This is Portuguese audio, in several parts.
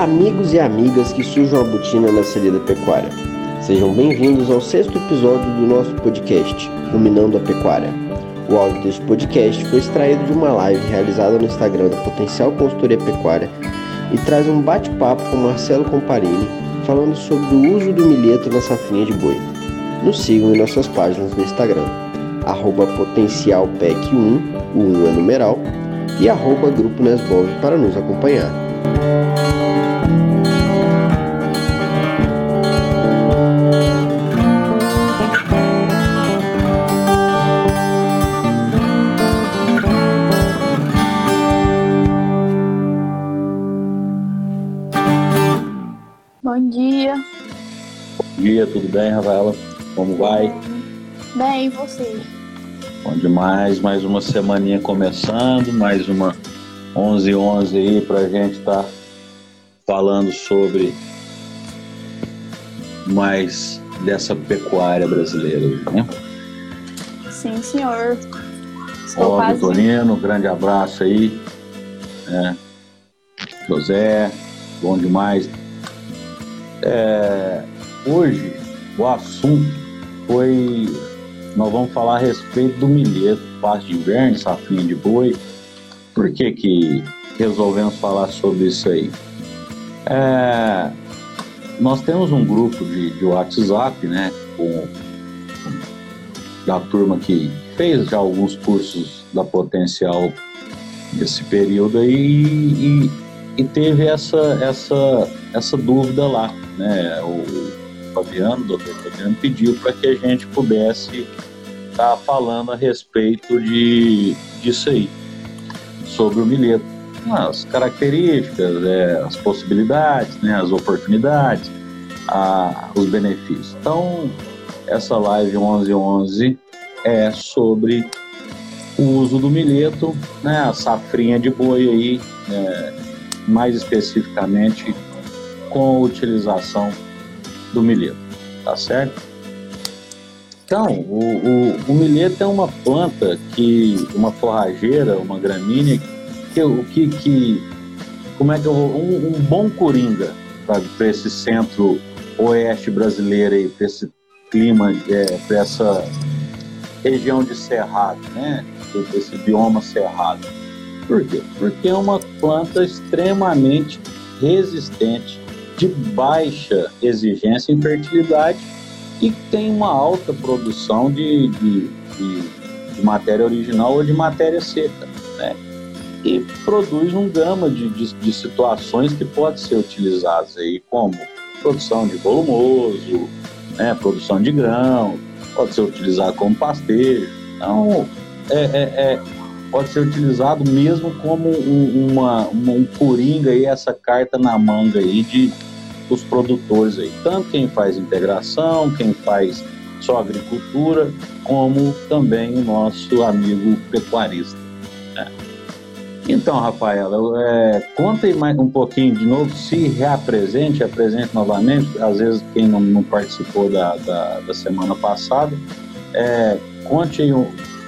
Olá, amigos e amigas que sujam a botina na selha da pecuária. Sejam bem-vindos ao 6º episódio do nosso podcast, Ruminando a Pecuária. O áudio deste podcast foi extraído de uma live realizada no Instagram da Potencial Consultoria Pecuária e traz um bate-papo com Marcelo Comparini, falando sobre o uso do milheto na safrinha de boi. Nos sigam em nossas páginas no Instagram, @potencialpec1, o 1 é numeral, e @grupo Nesbov para nos acompanhar. Bom dia. Bom dia, tudo bem, Rafaela? Como vai? Bem, e você? Bom demais, mais uma semaninha começando, mais uma 11 aí pra gente estar falando sobre mais dessa pecuária brasileira, né? Sim, senhor. Ó, Vitorino, grande abraço aí, né? José, bom demais. Hoje o assunto nós vamos falar a respeito do milheto, pasto de inverno, safrinha de boi. Por que resolvemos falar sobre isso aí? Nós temos um grupo de WhatsApp, né, da turma que fez já alguns cursos da Potencial nesse período aí e teve essa dúvida lá, né? O Dr. Fabiano pediu para que a gente pudesse estar falando a respeito disso aí, sobre o milheto, as características, as possibilidades, né, as oportunidades, os benefícios. Então, essa live 11 é sobre o uso do milheto, né, a safrinha de boi aí, mais especificamente com a utilização do milheto, tá certo? Então, o milheto é uma planta uma forrageira, uma gramínea, um bom coringa para esse centro-oeste brasileiro aí, para esse clima, para essa região de cerrado, né? Esse bioma cerrado. Por quê? Porque é uma planta extremamente resistente, de baixa exigência em fertilidade e tem uma alta produção de matéria original ou de matéria seca, né? E produz um gama de situações que podem ser utilizadas aí, como produção de volumoso, né? Produção de grão, pode ser utilizado como pastejo. Então, pode ser utilizado mesmo como um coringa aí, essa carta na manga aí dos produtores aí, tanto quem faz integração, quem faz só agricultura, como também o nosso amigo pecuarista, né? Então, Rafaela, conta aí mais um pouquinho de novo, se apresente novamente, às vezes quem não participou da semana passada, conte aí o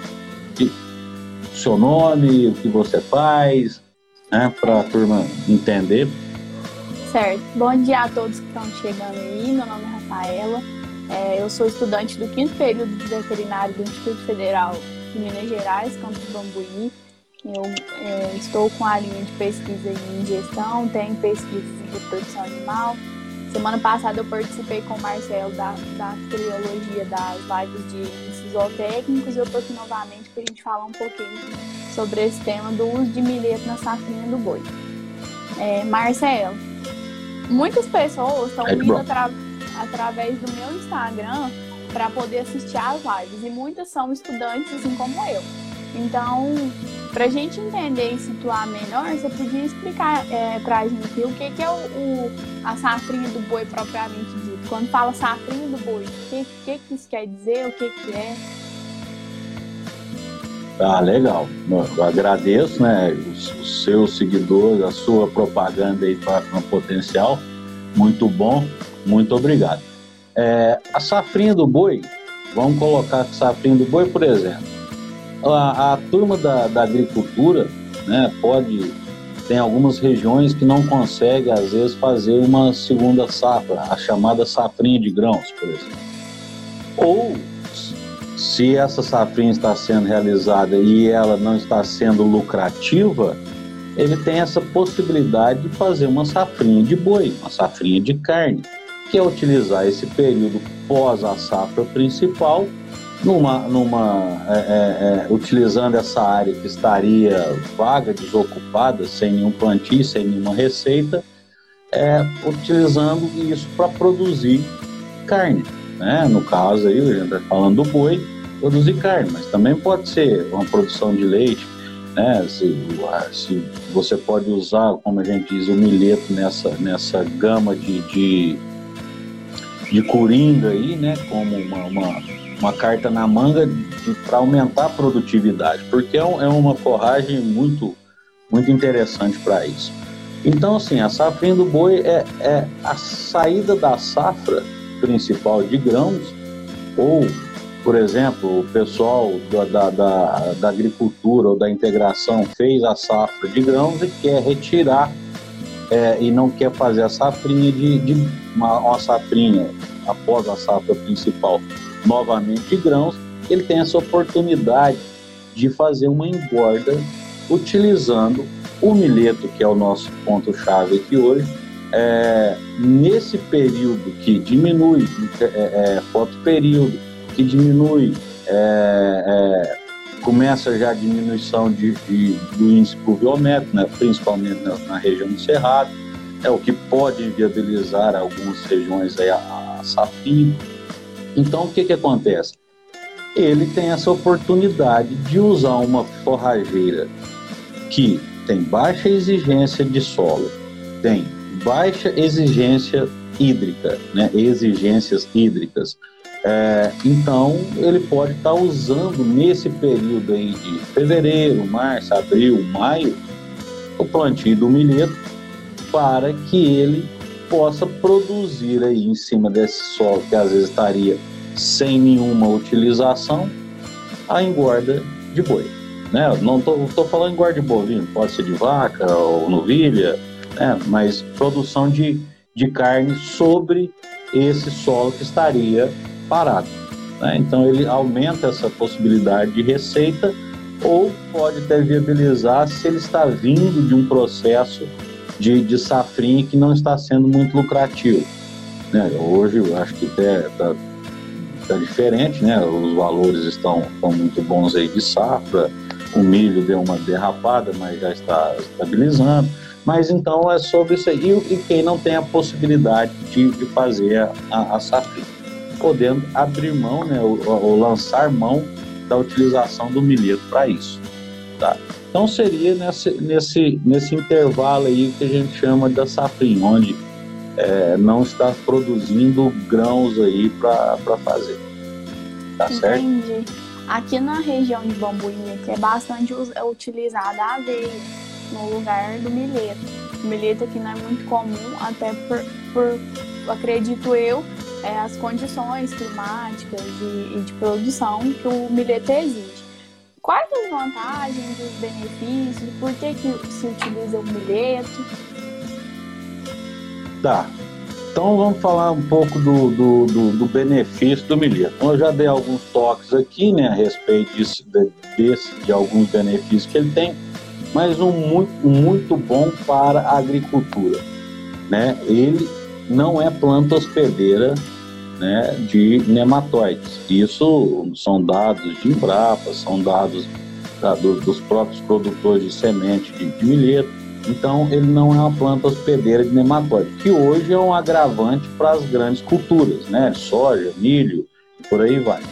seu nome, o que você faz, né, para a turma entender. Certo. Bom dia a todos que estão chegando aí. Meu nome é Rafaela. Eu sou estudante do 5º período de veterinário do Instituto Federal de Minas Gerais, campus Bambuí. Eu estou com a linha de pesquisa em gestão, tenho pesquisas em reprodução animal. Semana passada eu participei com o Marcelo da trilogia das lives de índices zootécnicos e eu estou aqui novamente para a gente falar um pouquinho sobre esse tema do uso de milheto na safrinha do boi. Marcelo, muitas pessoas estão vindo através do meu Instagram para poder assistir às lives e muitas são estudantes assim como eu. Então, para a gente entender e situar melhor, você podia explicar para a gente o que é a safrinha do boi propriamente dito? Quando fala safrinha do boi, o que isso quer dizer? O que é? Legal. Eu agradeço, né, os seus seguidores, a sua propaganda aí para o Potencial. Muito bom, muito obrigado. A safrinha do boi, vamos colocar a safrinha do boi, por exemplo. A turma da agricultura, né, pode tem algumas regiões que não conseguem, às vezes, fazer uma segunda safra, a chamada safrinha de grãos, por exemplo. Ou, se essa safrinha está sendo realizada e ela não está sendo lucrativa, ele tem essa possibilidade de fazer uma safrinha de boi, uma safrinha de carne, que é utilizar esse período pós a safra principal, utilizando essa área que estaria vaga, desocupada, sem nenhum plantio, sem nenhuma receita, utilizando isso para produzir carne, né? No caso aí, a gente está falando do boi, produzir carne, mas também pode ser uma produção de leite, né? Se você pode usar, como a gente diz, o milheto nessa gama de coringa aí, né? Como uma carta na manga para aumentar a produtividade, porque é uma forragem muito, muito interessante para isso. Então, assim, a safrinha do boi é a saída da safra principal de grãos, ou, por exemplo, o pessoal da agricultura ou da integração fez a safra de grãos e quer retirar e não quer fazer a safrinha uma safrinha após a safra principal novamente de grãos, ele tem essa oportunidade de fazer uma engorda utilizando o milheto, que é o nosso ponto-chave aqui hoje, nesse período que diminui fotoperíodo, que diminui, começa já a diminuição do índice pluviométrico, né, principalmente na região do Cerrado, o que pode inviabilizar algumas regiões aí a safrinha. Então, o que acontece? Ele tem essa oportunidade de usar uma forrageira que tem baixa exigência de solo, tem baixa exigência hídrica, né? Exigências hídricas. Então, ele pode estar usando nesse período aí de fevereiro, março, abril, maio, o plantio do milheto para que ele possa produzir aí em cima desse solo que às vezes estaria sem nenhuma utilização, a engorda de boi, né? Não estou falando engorda de bovino, pode ser de vaca ou novilha, né? Mas produção de carne sobre esse solo que estaria parado, né? Então ele aumenta essa possibilidade de receita, ou pode até viabilizar se ele está vindo de um processo de safrinha que não está sendo muito lucrativo, né? Hoje eu acho que está diferente, né? Os valores estão muito bons aí de safra, o milho deu uma derrapada, mas já está estabilizando. Mas então é sobre isso aí. E quem não tem a possibilidade de fazer a safrinha, podendo abrir mão, né? Ou lançar mão da utilização do milheto para isso, tá? Então seria nesse intervalo aí que a gente chama da safrinha, onde não está produzindo grãos aí para fazer. Tá certo? Entendi. Aqui na região de Bambuí, que é bastante utilizada a aveia no lugar do milheto. O milheto aqui não é muito comum, até por acredito eu, as condições climáticas e de produção que o milheto exige. Quais as vantagens, os benefícios, por que se utiliza o milheto? Tá. Então vamos falar um pouco do benefício do milheto. Então, eu já dei alguns toques aqui, né, a respeito de alguns benefícios que ele tem, mas um muito bom para a agricultura, né? Ele não é planta hospedeira, né, de nematóides. Isso são dados de Embrapa, são dados dos próprios produtores de semente de milheto. Então, ele não é uma planta hospedeira de nematóide, que hoje é um agravante para as grandes culturas, né? Soja, milho, e por aí vai.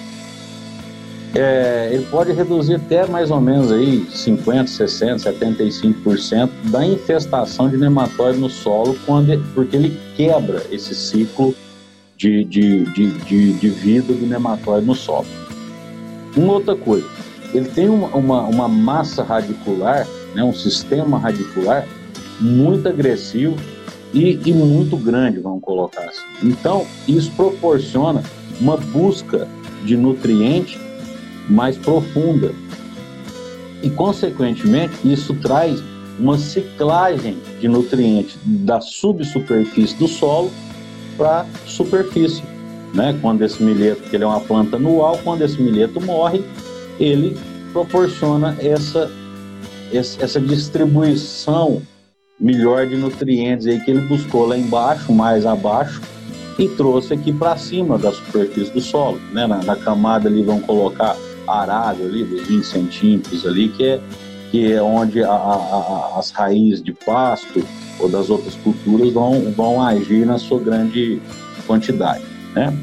Ele pode reduzir até mais ou menos aí 50%, 60%, 75% da infestação de nematóide no solo, porque ele quebra esse ciclo de vida do nematóide no solo. Uma outra coisa, ele tem uma massa radicular, né, um sistema radicular muito agressivo e muito grande, vamos colocar assim. Então, isso proporciona uma busca de nutriente mais profunda e, consequentemente, isso traz uma ciclagem de nutrientes da subsuperfície do solo para a superfície, né? Quando esse milheto, que ele é uma planta anual, quando esse milheto morre, ele proporciona essa distribuição melhor de nutrientes aí que ele buscou lá embaixo, mais abaixo, e trouxe aqui para cima da superfície do solo, né? Na camada ali vão colocar arado ali dos 20 centímetros ali, que é onde as raízes de pasto ou das outras culturas vão agir na sua grande quantidade, né?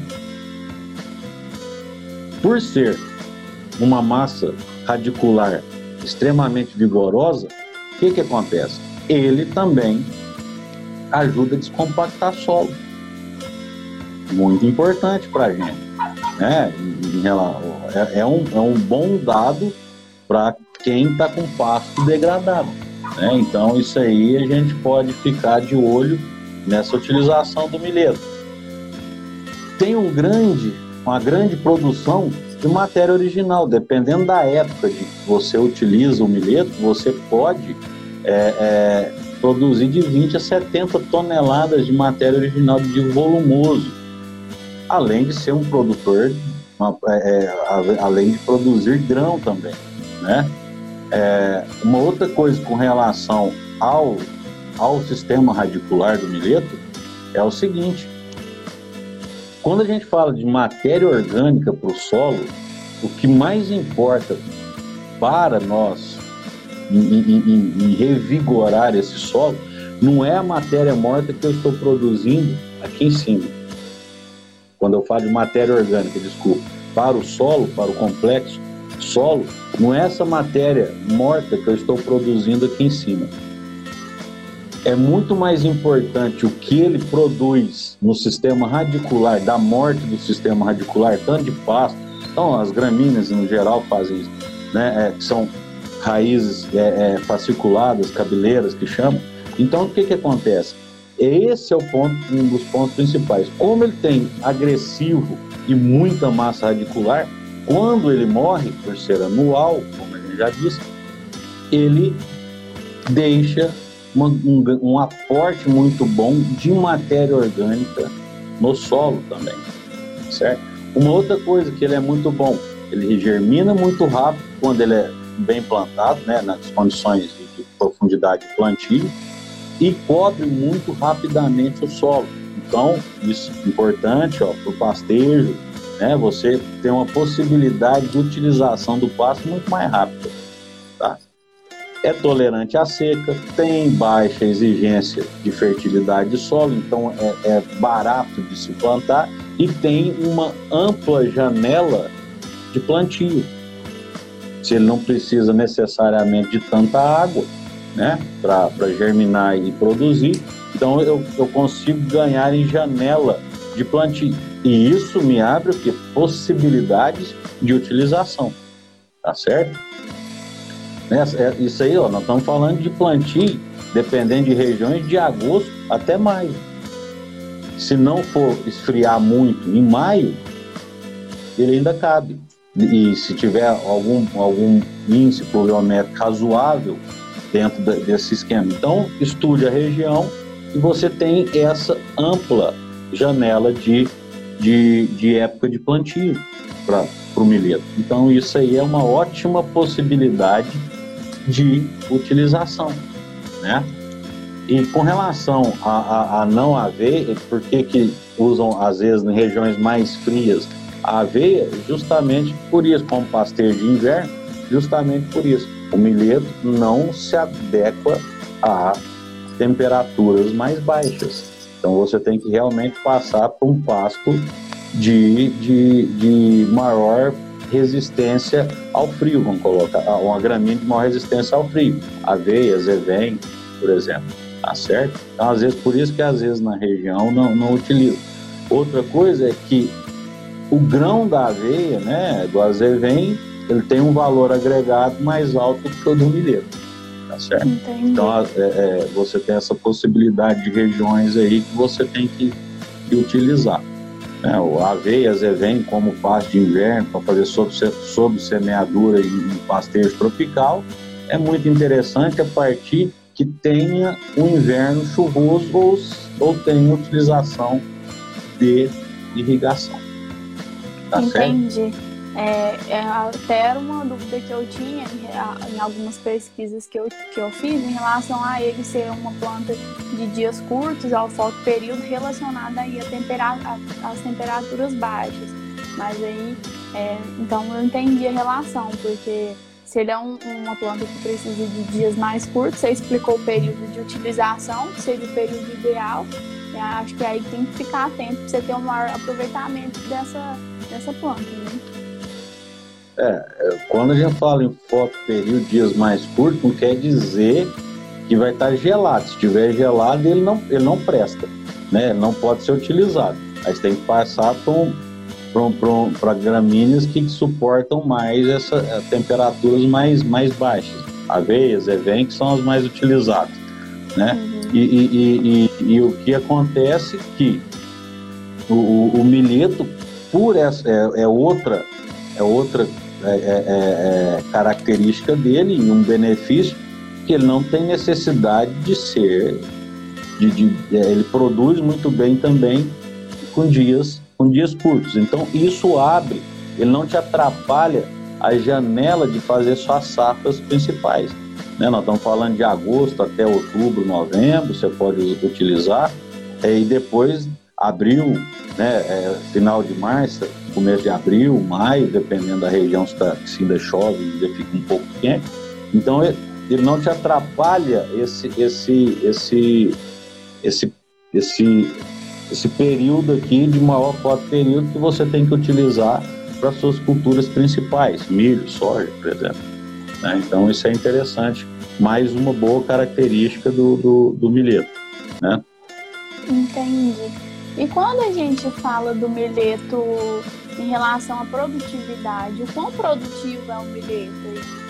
Por ser uma massa radicular extremamente vigorosa, o que acontece? Ele também ajuda a descompactar solo. Muito importante para a gente, né? É um bom dado para quem está com pasto degradado, né? Então isso aí a gente pode ficar de olho nessa utilização do milheto. Tem uma grande produção de matéria original, dependendo da época de que você utiliza o milheto, você pode produzir de 20 a 70 toneladas de matéria original de volumoso, além de ser um produtor, além de produzir grão também, né? Uma outra coisa com relação ao sistema radicular do milheto é o seguinte: quando a gente fala de matéria orgânica para o solo, o que mais importa para nós em revigorar esse solo não é a matéria morta que eu estou produzindo aqui em cima. Quando eu falo de matéria orgânica, para o solo, para o complexo solo, não é essa matéria morta que eu estou produzindo aqui em cima. É muito mais importante o que ele produz no sistema radicular, da morte do sistema radicular, tanto de pasto. Então, as gramíneas, no geral, fazem isso, né? Que são raízes fasciculadas, cabeleiras, que chamam. Então, o que acontece? Esse é um dos pontos principais. Como ele tem agressivo e muita massa radicular, quando ele morre, por ser anual, como a gente já disse, ele deixa um aporte muito bom de matéria orgânica no solo também, certo? Uma outra coisa que ele é muito bom, ele germina muito rápido quando ele é bem plantado, né, nas condições de profundidade de plantio, e cobre muito rapidamente o solo. Então, isso é importante para o pastejo, né? Você tem uma possibilidade de utilização do pasto muito mais rápida, tá? É tolerante à seca, tem baixa exigência de fertilidade de solo, então é barato de se plantar e tem uma ampla janela de plantio. Se ele não precisa necessariamente de tanta água, né, para germinar e produzir, então eu consigo ganhar em janela de plantio. E isso me abre o quê? Possibilidades de utilização, tá certo? Isso aí, nós estamos falando de plantio, dependendo de regiões, de agosto até maio. Se não for esfriar muito em maio, ele ainda cabe. E se tiver algum índice pluviométrico razoável dentro desse esquema, então estude a região e você tem essa ampla janela de época de plantio para o milheto. Então isso aí é uma ótima possibilidade de utilização, né? E com relação a não aveia, por que usam às vezes em regiões mais frias a aveia? Justamente por isso, como pasteiro de inverno, justamente por isso. O milheto não se adequa a temperaturas mais baixas. Então você tem que realmente passar por um pasto de maior resistência ao frio, vamos colocar, uma gramínea de maior resistência ao frio. Aveia, zevém, por exemplo, tá certo? Então, às vezes, por isso que às vezes na região não utiliza. Outra coisa é que o grão da aveia, né, do azevém, ele tem um valor agregado mais alto que o do milheto, tá certo? Entendi. Então você tem essa possibilidade de regiões aí que você tem que utilizar. O aveia, azevém, como pasto de inverno, para fazer sob semeadura em pastejo tropical, é muito interessante a partir que tenha um inverno chuvoso ou tenha utilização de irrigação. Tá Entendi. certo? Até era uma dúvida que eu tinha em algumas pesquisas que eu fiz em relação a ele ser uma planta de dias curtos, ao fotoperíodo, relacionada aí às temperaturas baixas. Mas aí, então eu entendi a relação, porque se ele é uma planta que precisa de dias mais curtos, você explicou o período de utilização, que seria o período ideal. Acho que aí tem que ficar atento para você ter um maior aproveitamento dessa planta, né? Quando a gente fala em fotoperíodo, dias mais curtos, não quer dizer que vai estar gelado. Se estiver gelado, ele não presta, né? Ele não pode ser utilizado. Aí você tem que passar para gramíneas que suportam mais temperaturas mais baixas. Aveias, evém, que são as mais utilizadas, né? Uhum. E o que acontece é que o milheto, por essa, é outra característica dele e um benefício, que ele não tem necessidade de ser, ele produz muito bem também com dias curtos. Então isso abre, ele não te atrapalha a janela de fazer suas safras principais, né? Nós estamos falando de agosto até outubro, novembro, você pode utilizar, e depois abril, né? Final de março, começo de abril, maio, dependendo da região, se ainda chove, ainda fica um pouco quente. Então ele não te atrapalha esse período aqui de maior fotoperíodo que você tem que utilizar para suas culturas principais, milho, soja, por exemplo, né? Então isso é interessante, mais uma boa característica do milheto, né? Entendi. E quando a gente fala do milheto em relação à produtividade, o quão produtivo é o milheto?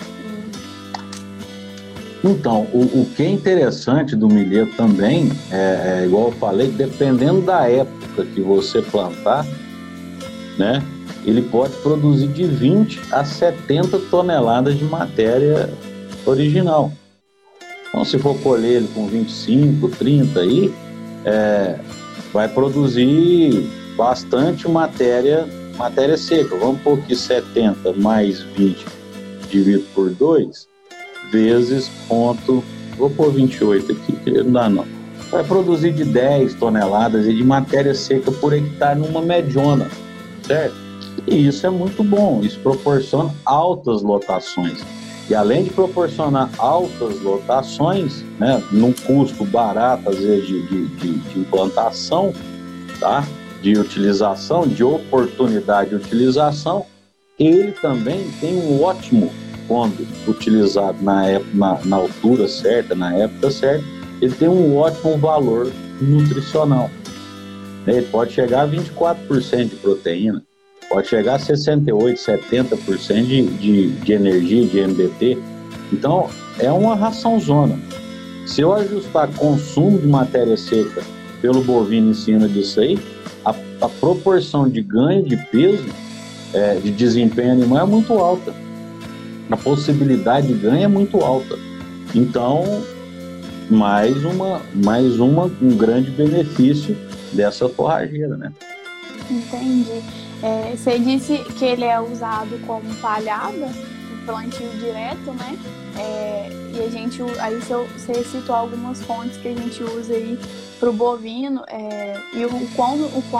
Então, o que é interessante do milheto também, igual eu falei, dependendo da época que você plantar, né, ele pode produzir de 20 a 70 toneladas de matéria original. Então, se for colher ele com 25, 30 aí, vai produzir bastante matéria seca. Vamos pôr aqui 70 mais 20 dividido por 2, vezes ponto, vou pôr 28 aqui, que não dá não. Vai produzir de 10 toneladas de matéria seca por hectare numa mediona, certo? E isso é muito bom, isso proporciona altas lotações. E além de proporcionar altas lotações, né, num custo barato, às vezes, de implantação, tá? De utilização, de oportunidade de utilização, ele também tem um ótimo, quando utilizado na altura certa, na época certa, ele tem um ótimo valor nutricional. Ele pode chegar a 24% de proteína, pode chegar a 68%, 70% de energia, de MBT. Então, é uma ração-zona. Se eu ajustar consumo de matéria seca pelo bovino em cima disso aí, a proporção de ganho de peso, de desempenho animal é muito alta. A possibilidade de ganho é muito alta. Então, um grande benefício dessa forrageira, né? Entendi. Você disse que ele é usado como palhada, plantio direto, né? E a gente, aí você citou algumas fontes que a gente usa aí para o bovino, e o quão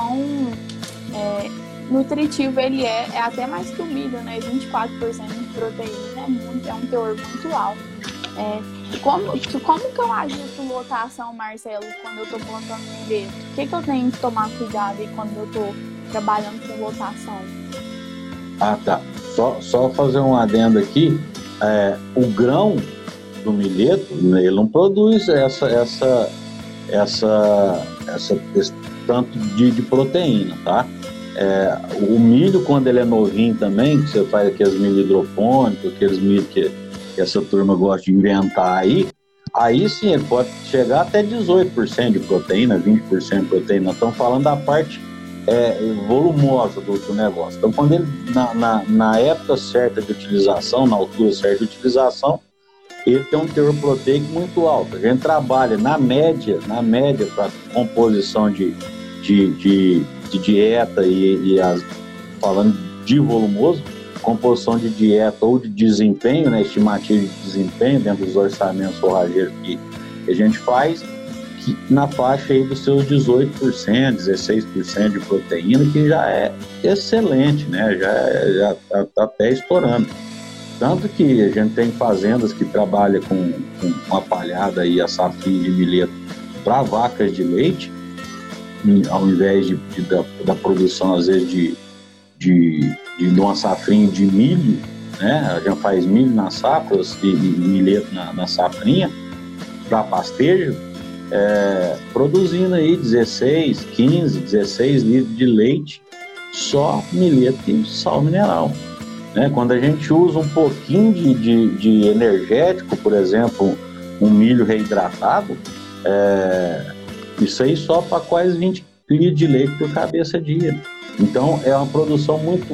nutritivo ele é até mais que o milho, né? 24% de proteína é um teor muito alto. Como que eu ajusto lotação, Marcelo, quando eu estou plantando milheto? O que eu tenho que tomar cuidado aí quando eu estou trabalhando com lotação? Ah, tá. Só fazer um adendo aqui. O grão do milheto, ele não produz esse tanto de proteína, tá? O milho, quando ele é novinho também, que você faz aqueles milho hidropônicos, aqueles milho que essa turma gosta de inventar aí sim ele pode chegar até 18% de proteína, 20% de proteína. Nós estamos falando da parte volumosa do negócio. Então, quando ele, na época certa de utilização, na altura certa de utilização, ele tem um teor proteico muito alto. A gente trabalha na média para composição de dieta falando de volumoso, composição de dieta ou de desempenho, né, estimativa de desempenho dentro dos orçamentos forrageiros que a gente faz, que na faixa aí dos seus 18%, 16% de proteína, que já é excelente, né, já tá até estourando. Tanto que a gente tem fazendas que trabalham com uma palhada e a safrinha de milheto para vacas de leite, ao invés da produção, às vezes, de uma safrinha de milho, né? A gente faz milho nas safras e milheto na safrinha para pastejo, produzindo aí 16, 15, 16 litros de leite, só milheto e sal mineral. Né? Quando a gente usa um pouquinho de energético, por exemplo, um milho reidratado, isso aí só para quase 20 litros de leite por cabeça dia. Então é uma produção muito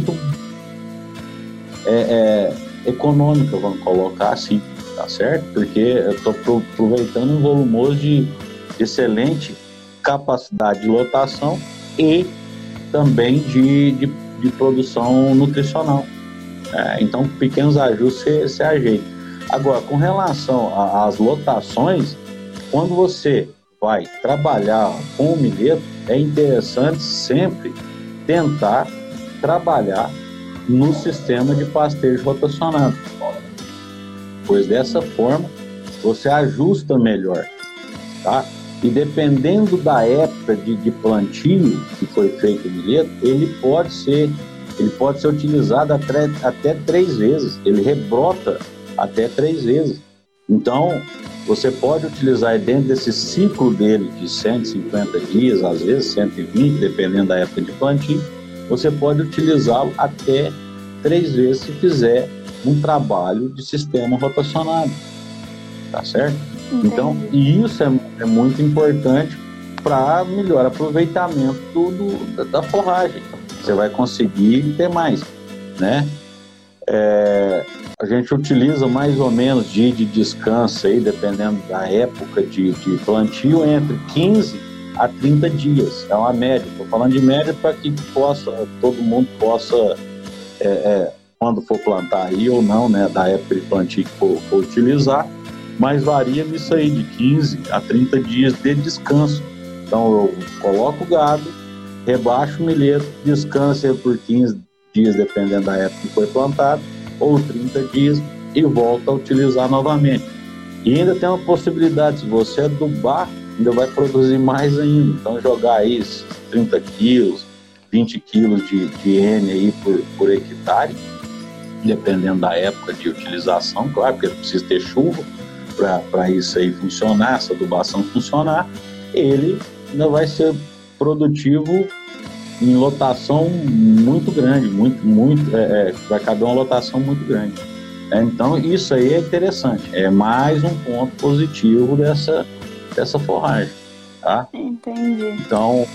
econômica, vamos colocar assim, tá certo? Porque eu estou aproveitando um volumoso de excelente capacidade de lotação e também de produção nutricional. Então, pequenos ajustes se ajeita. Agora, com relação às lotações, quando você vai trabalhar com o milheto, é interessante sempre tentar trabalhar no sistema de pastejo rotacionado, pois dessa forma você ajusta melhor, tá? E dependendo da época de plantio que foi feito o milheto, ele pode ser utilizado até 3 vezes, ele rebrota até 3 vezes. Então, você pode utilizar dentro desse ciclo dele de 150 dias, às vezes 120, dependendo da época de plantio, você pode utilizá-lo até 3 vezes se fizer um trabalho de sistema rotacionado, tá certo? Entendi. Então, isso é muito importante para melhor aproveitamento da forragem. Você vai conseguir ter mais, né? A gente utiliza mais ou menos dia de descanso aí, dependendo da época de plantio, entre 15 a 30 dias. É uma média. Estou falando de média para que todo mundo possa, quando for plantar aí ou não, né, da época de plantio que for utilizar, mas varia nisso aí, de 15 a 30 dias de descanso. Então eu coloco o gado, rebaixo o milheto, descansa por 15 dias, dependendo da época que foi plantado, ou 30 dias, e volta a utilizar novamente. E ainda tem uma possibilidade, se você adubar, ainda vai produzir mais ainda. Então jogar aí 30 quilos, 20 quilos de N aí por hectare, dependendo da época de utilização, claro, porque precisa ter chuva para isso aí funcionar, essa adubação funcionar, ele ainda vai ser produtivo em lotação muito grande, vai caber uma lotação muito grande. Então isso aí é interessante, é mais um ponto positivo dessa forragem, tá? Entendi. Então,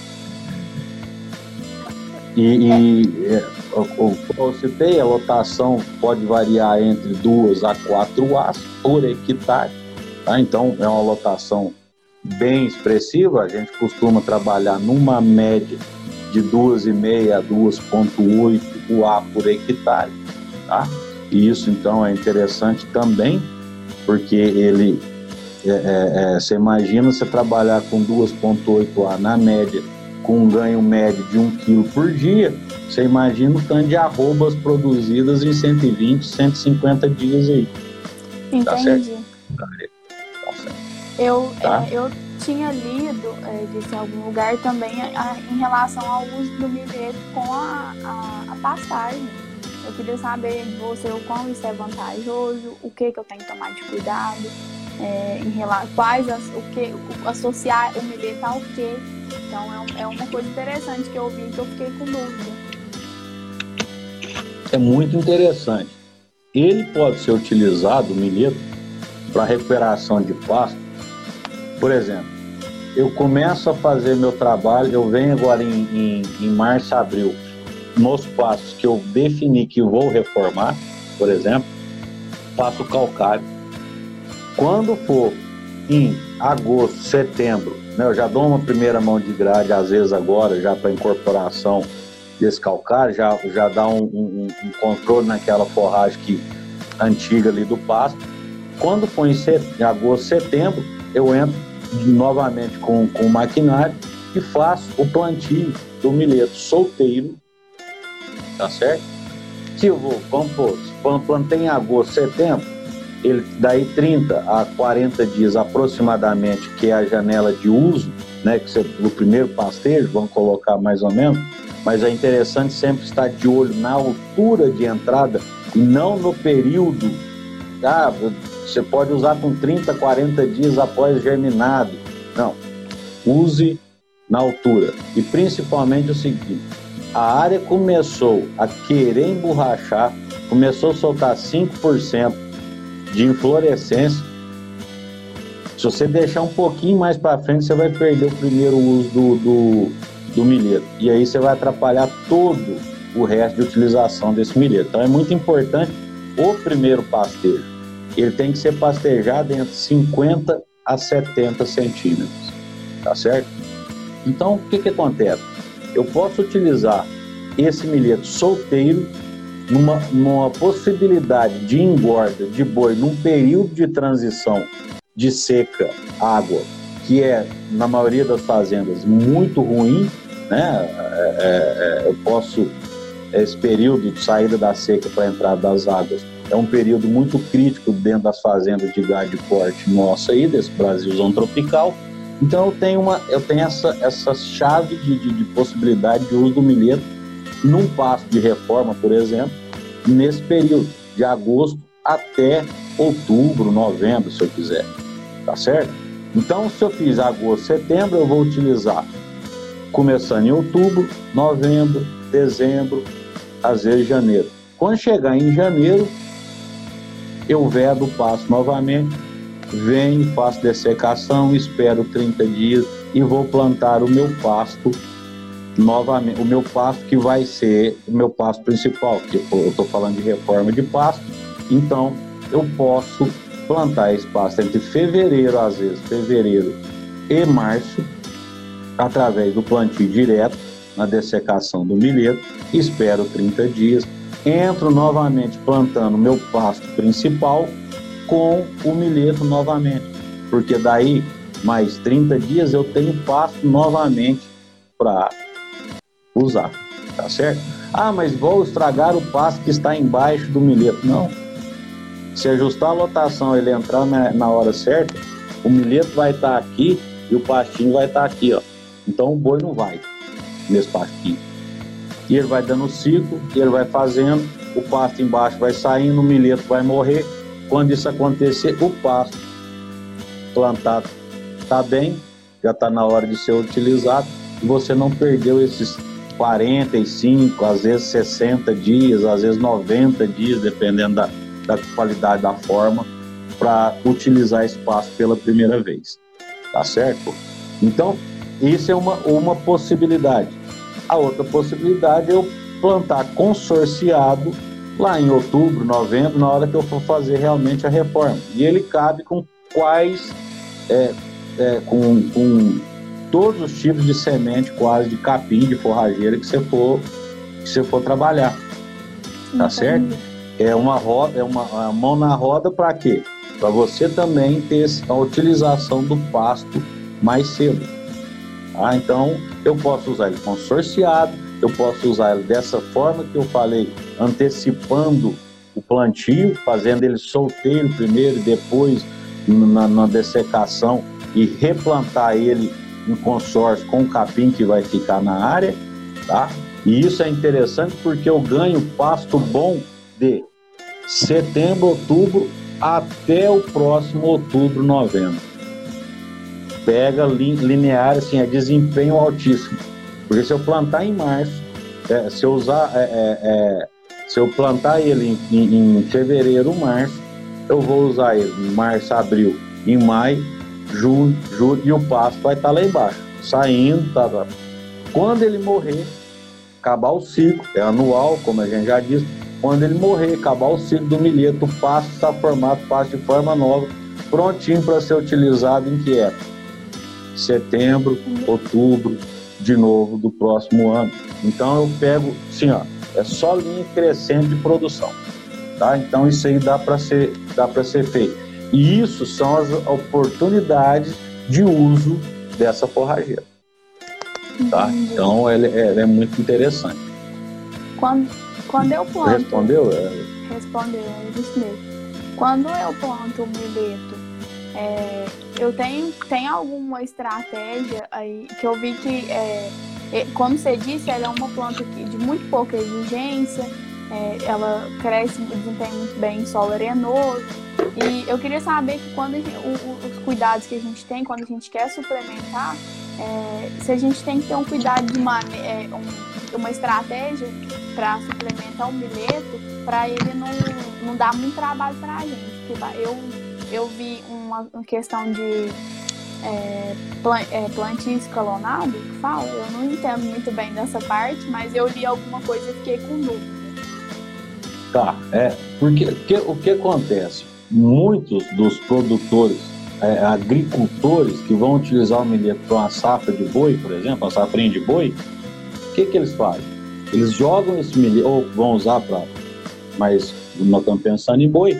como eu citei, a lotação pode variar entre 2 a 4 As por hectare, tá? Então é uma lotação bem expressiva. A gente costuma trabalhar numa média de 2,5 a 2,8 UA por hectare, tá? E isso então é interessante também, porque ele você imagina você trabalhar com 2,8 UA na média, com um ganho médio de 1 kg por dia, você imagina o tanto de arrobas produzidas em 120, 150 dias aí. Entendi. Tá certo? Tá certo. Eu tinha lido disso em algum lugar também em relação ao uso do milheto com a pastagem. Eu queria saber de você o quão isso é vantajoso, o que eu tenho que tomar de cuidado, associar o milheto ao quê. Então é uma coisa interessante que eu vi, que eu fiquei com dúvida. É muito interessante. Ele pode ser utilizado, o milheto, para recuperação de pasto. Por exemplo, eu começo a fazer meu trabalho, eu venho agora em março, abril, nos pastos que eu defini que eu vou reformar, por exemplo, faço calcário, Quando for em agosto, setembro, né, eu já dou uma primeira mão de grade, às vezes agora, já para incorporação desse calcário, já dá um controle naquela forragem antiga ali do pasto. Quando for em agosto, setembro, eu entro novamente com o maquinário e faço o plantio do milheto solteiro, tá certo? Que eu vou, quando plantei em agosto, setembro, ele daí 30 a 40 dias aproximadamente, que é a janela de uso, né, que o primeiro pastejo, vamos colocar mais ou menos, mas é interessante sempre estar de olho na altura de entrada e não no período. Você pode usar com 30, 40 dias após germinado. Não, use na altura. E principalmente o seguinte, a área começou a querer emborrachar, começou a soltar 5% de inflorescência. Se você deixar um pouquinho mais para frente, você vai perder o primeiro uso do milheto. E aí você vai atrapalhar todo o resto de utilização desse milheto. Então é muito importante o primeiro pastejo. Ele tem que ser pastejado entre 50 a 70 centímetros. Tá certo? Então, o que acontece? Eu posso utilizar esse milheto solteiro numa possibilidade de engorda de boi num período de transição de seca água, que é, na maioria das fazendas, muito ruim, né? Eu posso, esse período de saída da seca para a entrada das águas, é um período muito crítico dentro das fazendas de gado de corte nossa aí, desse Brasilzão tropical. Então eu tenho essa chave de possibilidade de uso do milheto num pasto de reforma, por exemplo, nesse período, de agosto até outubro, novembro, se eu quiser. Tá certo? Então, se eu fiz agosto, setembro, eu vou utilizar começando em outubro, novembro, dezembro, às vezes janeiro. Quando chegar em janeiro, eu vedo o pasto novamente, venho, faço dessecação, espero 30 dias e vou plantar o meu pasto novamente, o meu pasto que vai ser o meu pasto principal, que eu estou falando de reforma de pasto, então eu posso plantar esse pasto entre fevereiro, às vezes fevereiro e março, através do plantio direto, na dessecação do milheto, espero 30 dias, entro novamente plantando meu pasto principal com o milheto novamente, porque daí mais 30 dias eu tenho pasto novamente para usar, tá certo? Mas vou estragar o pasto que está embaixo do milheto. Não. Se ajustar a lotação, ele entrar na hora certa, o milheto vai estar aqui e o pastinho vai estar aqui, ó. Então o boi não vai nesse pastinho. E ele vai dando o ciclo, e ele vai fazendo, o pasto embaixo vai saindo, o milheto vai morrer. Quando isso acontecer, o pasto plantado está bem, já está na hora de ser utilizado, e você não perdeu esses 45, às vezes 60 dias, às vezes 90 dias, dependendo da qualidade da forma, para utilizar esse pasto pela primeira vez. Tá certo? Então, isso é uma possibilidade. A outra possibilidade é eu plantar consorciado lá em outubro, novembro, na hora que eu for fazer realmente a reforma. E ele cabe com quais, com todos os tipos de semente, quase de capim, de forrageira que você for trabalhar. Tá certo? É uma roda, uma mão na roda para quê? Para você também ter a utilização do pasto mais cedo. Tá? Então, eu posso usar ele consorciado, eu posso usar ele dessa forma que eu falei, antecipando o plantio, fazendo ele solteiro primeiro, depois na dessecação e replantar ele em consórcio com o capim que vai ficar na área, tá? E isso é interessante porque eu ganho pasto bom de setembro, outubro até o próximo outubro, novembro. Pega linear, assim, é desempenho altíssimo. Porque se eu plantar em março, se eu plantar ele em fevereiro, março, eu vou usar ele em março, abril, em maio, junho, julho, e o pasto vai estar lá embaixo, saindo, tá? Quando ele morrer, acabar o ciclo, é anual, como a gente já disse, quando ele morrer, acabar o ciclo do milheto, o pasto está formado, pasto de forma nova, prontinho para ser utilizado em que época? Setembro, outubro, de novo, do próximo ano. Então eu pego, assim, ó, é só linha crescente de produção, tá? Então isso aí dá para ser feito. E isso são as oportunidades de uso dessa forrageira, tá? Então ela é muito interessante. Quando eu planto... Respondeu? Respondeu, é isso mesmo. Quando eu planto o milheto, eu tenho alguma estratégia aí que eu vi que, como você disse, ela é uma planta de muito pouca exigência, ela cresce, desempenha muito bem em solo arenoso. E eu queria saber que quando os cuidados que a gente tem, quando a gente quer suplementar, se a gente tem que ter um cuidado de uma estratégia para suplementar o milheto, para ele não dar muito trabalho para a gente. Porque eu vi uma questão de plantio escalonado, que fala, eu não entendo muito bem dessa parte, mas eu li alguma coisa e fiquei com dúvida. Tá, porque o que acontece? Muitos dos produtores, agricultores que vão utilizar o milheto para uma safra de boi, por exemplo, uma safrinha de boi, o que eles fazem? Eles jogam esse milheto, ou vão usar mas nós estamos pensando em boi.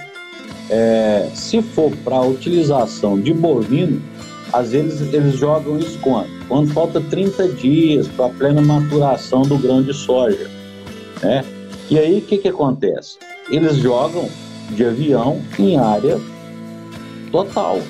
Se for para utilização de bovino, às vezes eles jogam isso quando falta 30 dias para a plena maturação do grão de soja, né? E aí o que acontece? Eles jogam de avião em área total.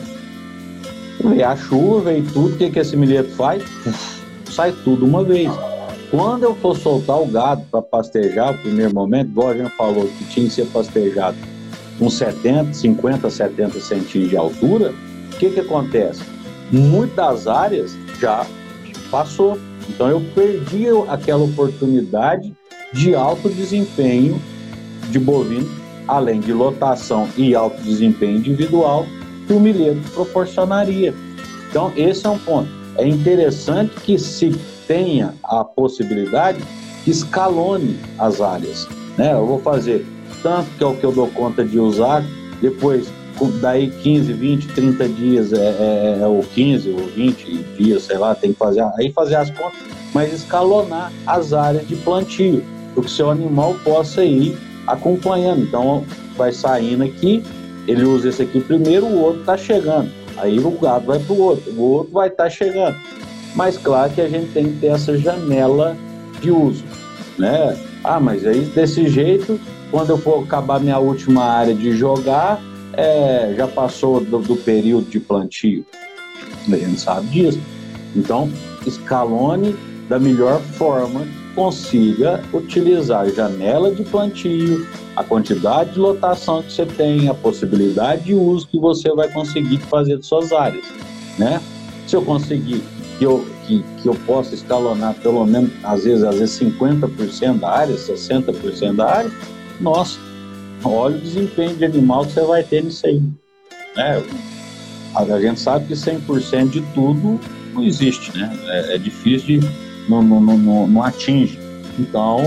Vem a chuva, vem tudo, o que esse milheto faz? Sai tudo uma vez. Quando eu for soltar o gado para pastejar, no primeiro momento, igual a gente falou que tinha que ser pastejado com 50, 70 centímetros de altura, o que acontece? Muitas das áreas já passou. Então eu perdi aquela oportunidade de alto desempenho de bovino, além de lotação e alto desempenho individual que o milheto proporcionaria. Então esse é um ponto. É interessante que se tenha a possibilidade que escalone as áreas, né? Eu vou fazer tanto que é o que eu dou conta de usar, depois daí 15, 20, 30 dias ou 15 ou 20 dias, sei lá, tem que fazer as contas, mas escalonar as áreas de plantio, para que o seu animal possa ir acompanhando. Então vai saindo aqui, ele usa esse aqui primeiro, o outro está chegando, aí o gado vai para o outro vai estar chegando. Mas claro que a gente tem que ter essa janela de uso, né? Mas aí desse jeito, quando eu for acabar minha última área de jogar, já passou do período de plantio. A gente sabe disso. Então, escalone da melhor forma que consiga utilizar a janela de plantio, a quantidade de lotação que você tem, a possibilidade de uso que você vai conseguir fazer de suas áreas, né? Se eu conseguir que eu possa escalonar pelo menos, às vezes 50% da área, 60% da área, nossa, olha o desempenho de animal que você vai ter nisso aí, né? A gente sabe que 100% de tudo não existe, né? É difícil não atinge. Então,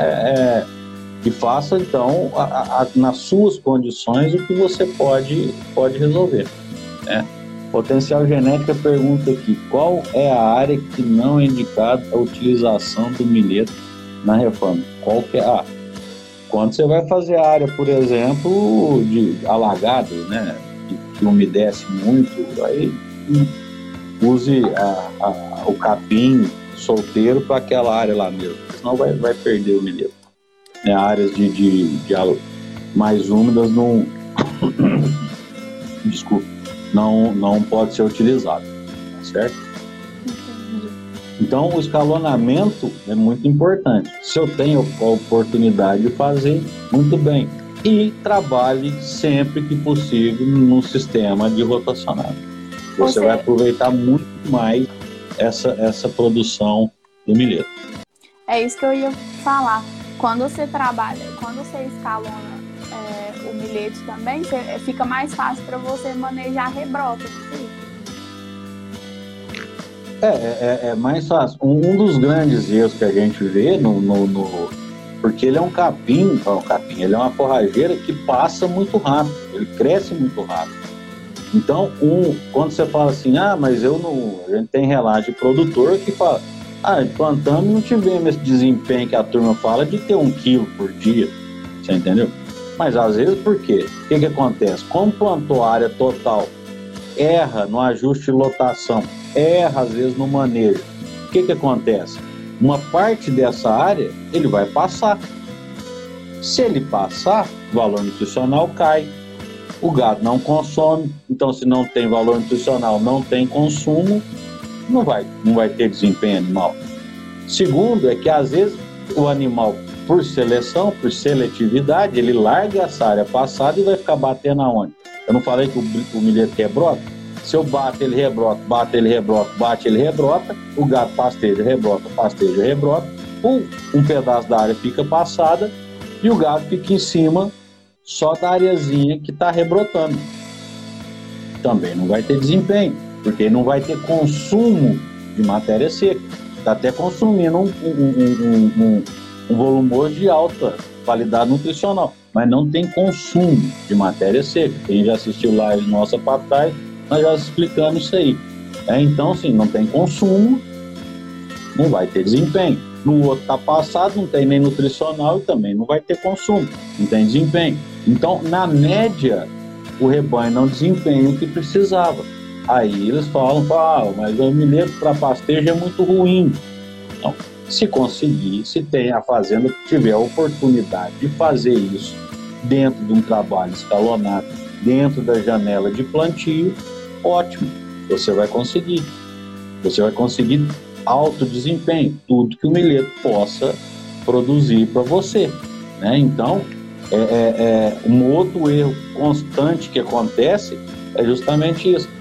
que faça, então, nas suas condições, o que você pode resolver, né? Potencial Genética pergunta aqui, qual é a área que não é indicada a utilização do milheto na reforma? Qual que é? Quando você vai fazer a área, por exemplo, de alagada, né, que umedece muito, aí use o capim solteiro para aquela área lá mesmo, senão vai perder o milheto. Áreas de mais úmidas não desculpa, não pode ser utilizado, certo? Entendi. Então o escalonamento é muito importante. Se eu tenho a oportunidade de fazer, muito bem. E trabalhe sempre que possível no sistema de rotacionado. Você vai aproveitar muito mais essa produção do milheto. É isso que eu ia falar. Quando você escalona o milheto também, fica mais fácil para você manejar a rebrota. É mais fácil. Um dos grandes erros que a gente vê porque ele é um capim, ele é uma forrageira que passa muito rápido, ele cresce muito rápido. Então, quando você fala assim, mas eu não... A gente tem relato de produtor que fala, plantamos e não tivemos esse desempenho que a turma fala de ter 1 quilo por dia, você entendeu? Mas às vezes por quê? O que acontece? Como plantou a área total, erra no ajuste de lotação, erra às vezes no manejo, o que acontece? Uma parte dessa área ele vai passar. Se ele passar, o valor nutricional cai. O gado não consome, então se não tem valor nutricional, não tem consumo, não vai ter desempenho animal. Segundo, é que às vezes o animal, por seleção, por seletividade, ele larga essa área passada e vai ficar batendo aonde? Eu não falei que o milheto rebrota? Se eu bato, ele rebrota, bate, ele rebrota, bate, ele rebrota, o gado pasteja, rebrota, um pedaço da área fica passada e o gado fica em cima só da areazinha que está rebrotando. Também não vai ter desempenho, porque não vai ter consumo de matéria seca. Está até consumindo um volumoso de alta qualidade nutricional, mas não tem consumo de matéria seca. Quem já assistiu lá em nossa papai, nós já explicamos isso aí. Então, sim, não tem consumo, não vai ter desempenho. No outro está passado, não tem nem nutricional e também não vai ter consumo, não tem desempenho. Então, na média, o rebanho não desempenha o que precisava. Aí eles falam, mas o milheto para pastejo é muito ruim. Então, se conseguir, se tem a fazenda que tiver a oportunidade de fazer isso dentro de um trabalho escalonado, dentro da janela de plantio, ótimo, você vai conseguir. Você vai conseguir alto desempenho, tudo que o milheto possa produzir para você, né? Então, um outro erro constante que acontece é justamente isso.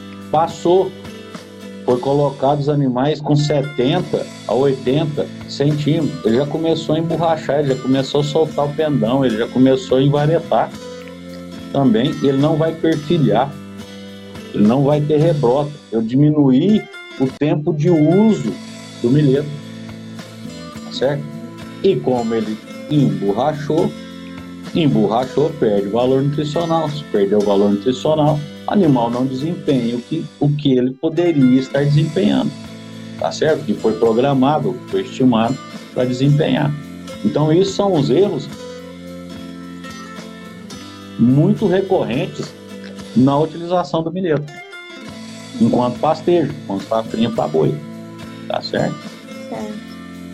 Foi colocado os animais com 70 a 80 centímetros, ele já começou a emborrachar, ele já começou a soltar o pendão, ele já começou a envaretar. Também ele não vai perfilhar, ele não vai ter rebrota. Eu diminuí o tempo de uso do milheto, tá certo? E como ele emborrachou, perde valor nutricional. Se perdeu o valor nutricional, o animal não desempenha o que ele poderia estar desempenhando, tá certo? Que foi programado, foi estimado para desempenhar. Então, esses são os erros muito recorrentes na utilização do milheto, enquanto pastejo, quando safrinha para boi, tá certo? Certo.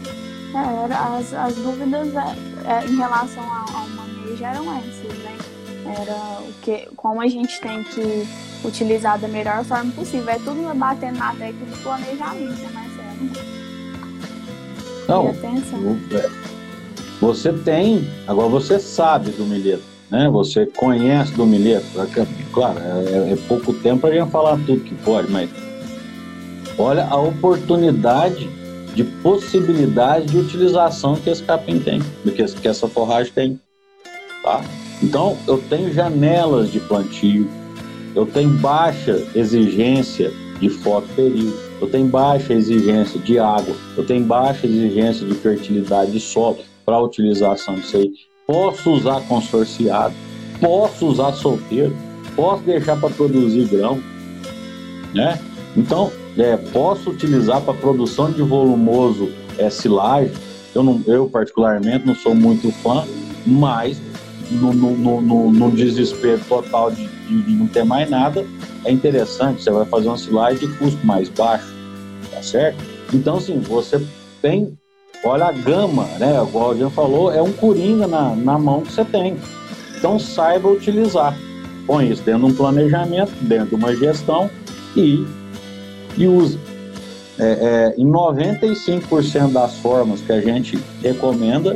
As dúvidas em relação ao manejo eram essas, né? Era como a gente tem que utilizar da melhor forma possível. É tudo batendo na tecla do planejamento, né, Marcelo? Não, atenção. Você tem, agora você sabe do milheto, né? Você conhece do milheto. Claro, é pouco tempo para a gente falar tudo que pode, mas olha a oportunidade de possibilidade de utilização que esse capim tem, que essa forragem tem, tá? Então, eu tenho janelas de plantio, eu tenho baixa exigência de fotoperíodo, eu tenho baixa exigência de água, eu tenho baixa exigência de fertilidade de solo para a utilização disso aí. Posso usar consorciado, posso usar solteiro, posso deixar para produzir grão, né? Então, posso utilizar para produção de volumoso silagem. Eu particularmente não sou muito fã, mas no desespero total de não ter mais nada, é interessante, você vai fazer uma silagem de custo mais baixo, tá certo? Então, sim, você tem, olha a gama, né? Igual o Jean falou, é um coringa na mão que você tem. Então, saiba utilizar. Põe isso dentro de um planejamento, dentro de uma gestão e use. Em 95% das formas que a gente recomenda,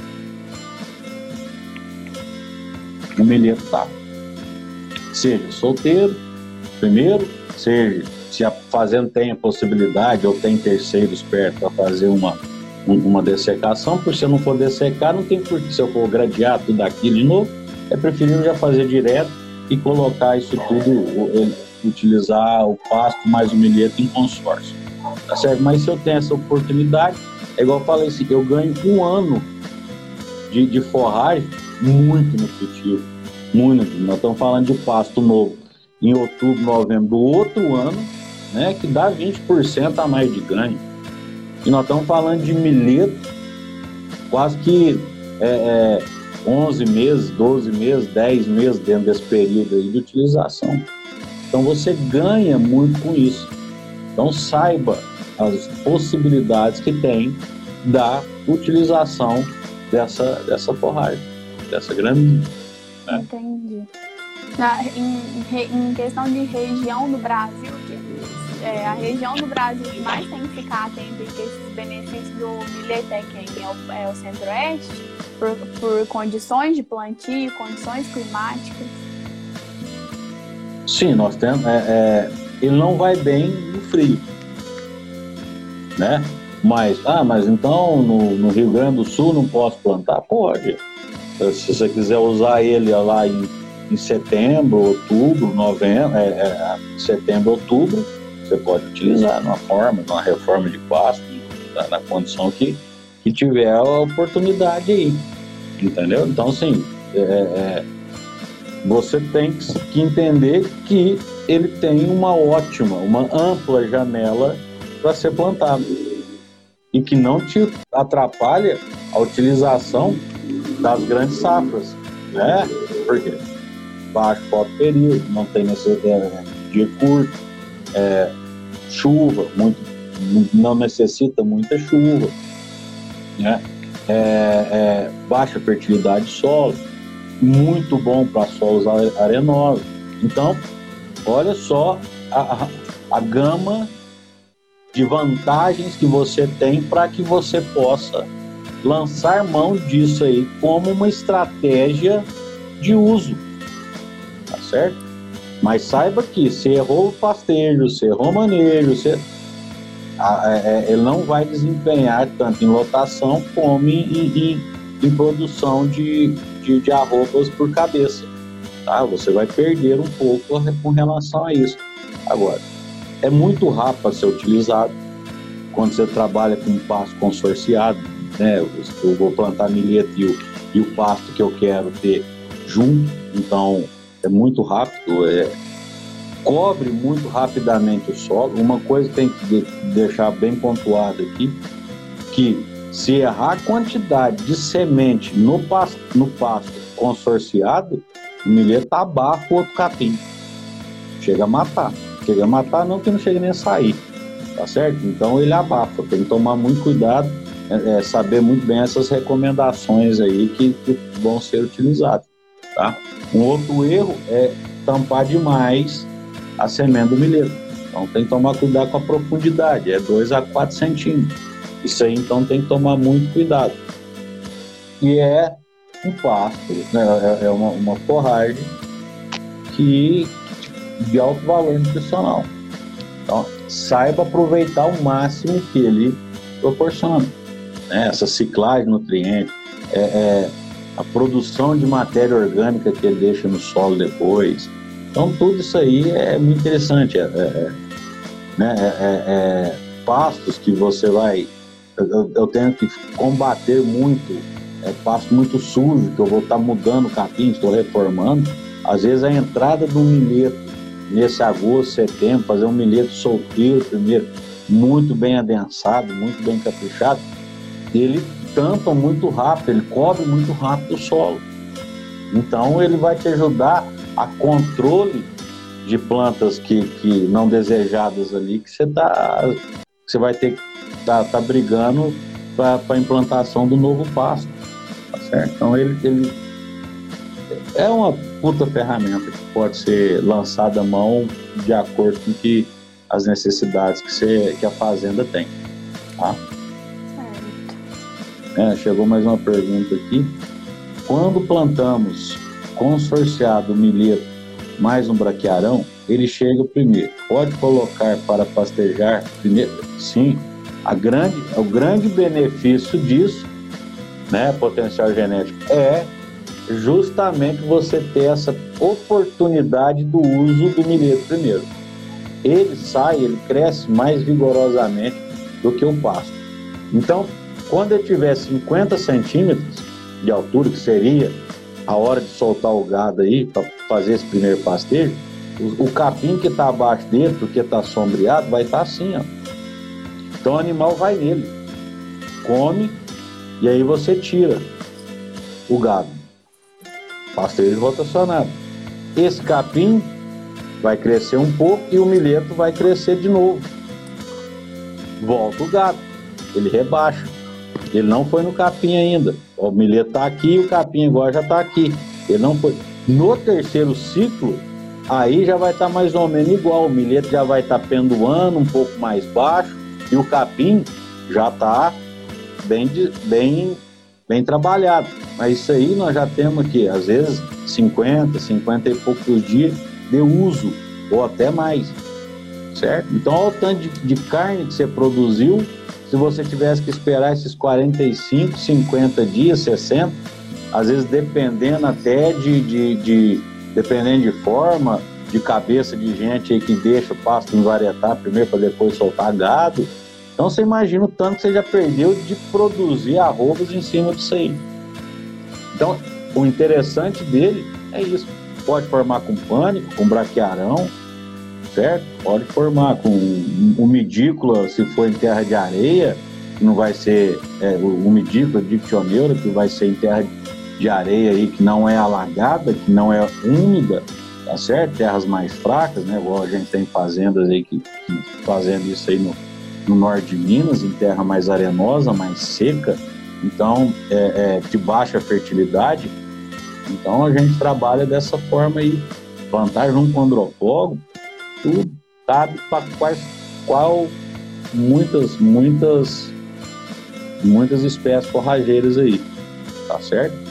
o milheto tá. Seja solteiro, primeiro, seja se a fazenda tem a possibilidade ou tem terceiros perto para fazer uma dessecação, por se eu não for dessecar, não tem por que, se eu for gradear tudo aquilo de novo, é preferível já fazer direto e colocar isso tudo, utilizar o pasto mais o milheto em consórcio, tá certo? Mas se eu tenho essa oportunidade, é igual eu falei assim, eu ganho 1 ano de forragem muito nutritivo, muito. Nós estamos falando de pasto novo em outubro, novembro do outro ano, né, que dá 20% a mais de ganho. E nós estamos falando de milheto, quase que 11 meses, 12 meses, 10 meses dentro desse período aí de utilização. Então você ganha muito com isso. Então saiba as possibilidades que tem da utilização dessa forragem, dessa gramínea. Né? Entendi. Em questão de região do Brasil, a região do Brasil que mais tem que ficar atento e que esses benefícios do milheto é o Centro-Oeste, por condições de plantio, condições climáticas. Sim, nós temos. Ele não vai bem no frio, né? Mas então no Rio Grande do Sul não posso plantar? Pode. Se você quiser usar ele lá em setembro, outubro, novembro, setembro, outubro, você pode utilizar numa reforma de pasto, na condição que tiver a oportunidade aí, entendeu? Então, assim, você tem que entender que ele tem uma ampla janela para ser plantado e que não te atrapalha a utilização das grandes safras, né? Por quê? Baixo fotoperíodo, não tem necessidade de dia curto, chuva, não necessita muita chuva, né? Baixa fertilidade de solo, muito bom para solos arenosos. Então, olha só a gama de vantagens que você tem para que você possa lançar mão disso aí como uma estratégia de uso, tá certo? Mas saiba que se errou o pastejo, se errou o manejo, ele não vai desempenhar tanto em lotação como em produção de arrobas por cabeça, tá? Você vai perder um pouco com relação a isso. Agora, é muito rápido para ser utilizado quando você trabalha com pasto consorciado, né? Eu vou plantar milheto e o pasto que eu quero ter junto, então é muito rápido, cobre muito rapidamente o solo. Uma coisa que tem que deixar bem pontuada aqui, que se errar a quantidade de semente no pasto consorciado, o milheto abafa o outro capim, chega a matar não, que não chega nem a sair, tá certo? Então ele abafa, tem que tomar muito cuidado, saber muito bem essas recomendações aí que vão ser utilizadas, tá? Um outro erro é tampar demais a semente do milheto, então tem que tomar cuidado com a profundidade, 2 a 4 centímetros, isso aí então tem que tomar muito cuidado. E é um pasto, né? É uma forragem de alto valor nutricional. Então, saiba aproveitar o máximo que ele proporciona, né? Essa ciclagem de nutrientes, a produção de matéria orgânica que ele deixa no solo depois. Então, tudo isso aí é muito interessante. Pastos que você vai... Eu tenho que combater muito, pasto muito sujo, que eu vou estar mudando o capim, estou reformando. Às vezes a entrada do milheto nesse agosto, setembro, fazer um milheto solteiro primeiro, muito bem adensado, muito bem caprichado, ele tampa muito rápido, ele cobre muito rápido o solo. Então ele vai te ajudar a controle de plantas que não desejadas ali, que você vai ter que tá brigando para a implantação do novo pasto, tá certo? Então ele é uma puta ferramenta que pode ser lançada à mão de acordo com as necessidades que a fazenda tem, tá? Chegou mais uma pergunta aqui. Quando plantamos consorciado milheto mais um braquiarão, ele chega primeiro. Pode colocar para pastejar primeiro? Sim. O grande benefício disso, né, potencial genético, é justamente você ter essa oportunidade do uso do milheto primeiro. Ele cresce mais vigorosamente do que o pasto. Então, quando ele tiver 50 centímetros de altura, que seria a hora de soltar o gado aí para fazer esse primeiro pastejo, O capim que está abaixo dele, porque está sombreado, vai estar assim, ó. Então o animal vai nele, come, e aí você tira o gado. Pasteiro rotacionado. Esse capim vai crescer um pouco e o milheto vai crescer de novo. Volta o gado, ele rebaixa. Ele não foi no capim ainda. O milheto está aqui e o capim agora já está aqui. Ele não foi. No terceiro ciclo, aí já vai estar mais ou menos igual. O milheto já vai estar pendoando um pouco mais baixo e o capim já está bem trabalhado. Mas isso aí nós já temos aqui, às vezes, 50 e poucos dias de uso, ou até mais, certo? Então, olha o tanto de carne que você produziu. Se você tivesse que esperar esses 45, 50 dias, 60, às vezes dependendo até dependendo de forma, de cabeça de gente aí que deixa o pasto envarietar primeiro para depois soltar gado. Então você imagina o tanto que você já perdeu de produzir arrobas em cima disso aí. Então, o interessante dele é isso. Pode formar com pânico, com braquiarão, certo? Pode formar com umidícula, se for em terra de areia, que não vai ser umidícula, dictioneira, que vai ser em terra de areia aí, que não é alagada, que não é úmida, tá certo? Terras mais fracas, né? Igual a gente tem fazendas aí que fazendo isso aí no norte de Minas, em terra mais arenosa, mais seca, então de baixa fertilidade. Então a gente trabalha dessa forma aí. Vantagem um condropólogo, tu sabe para qual muitas espécies forrageiras aí, tá certo?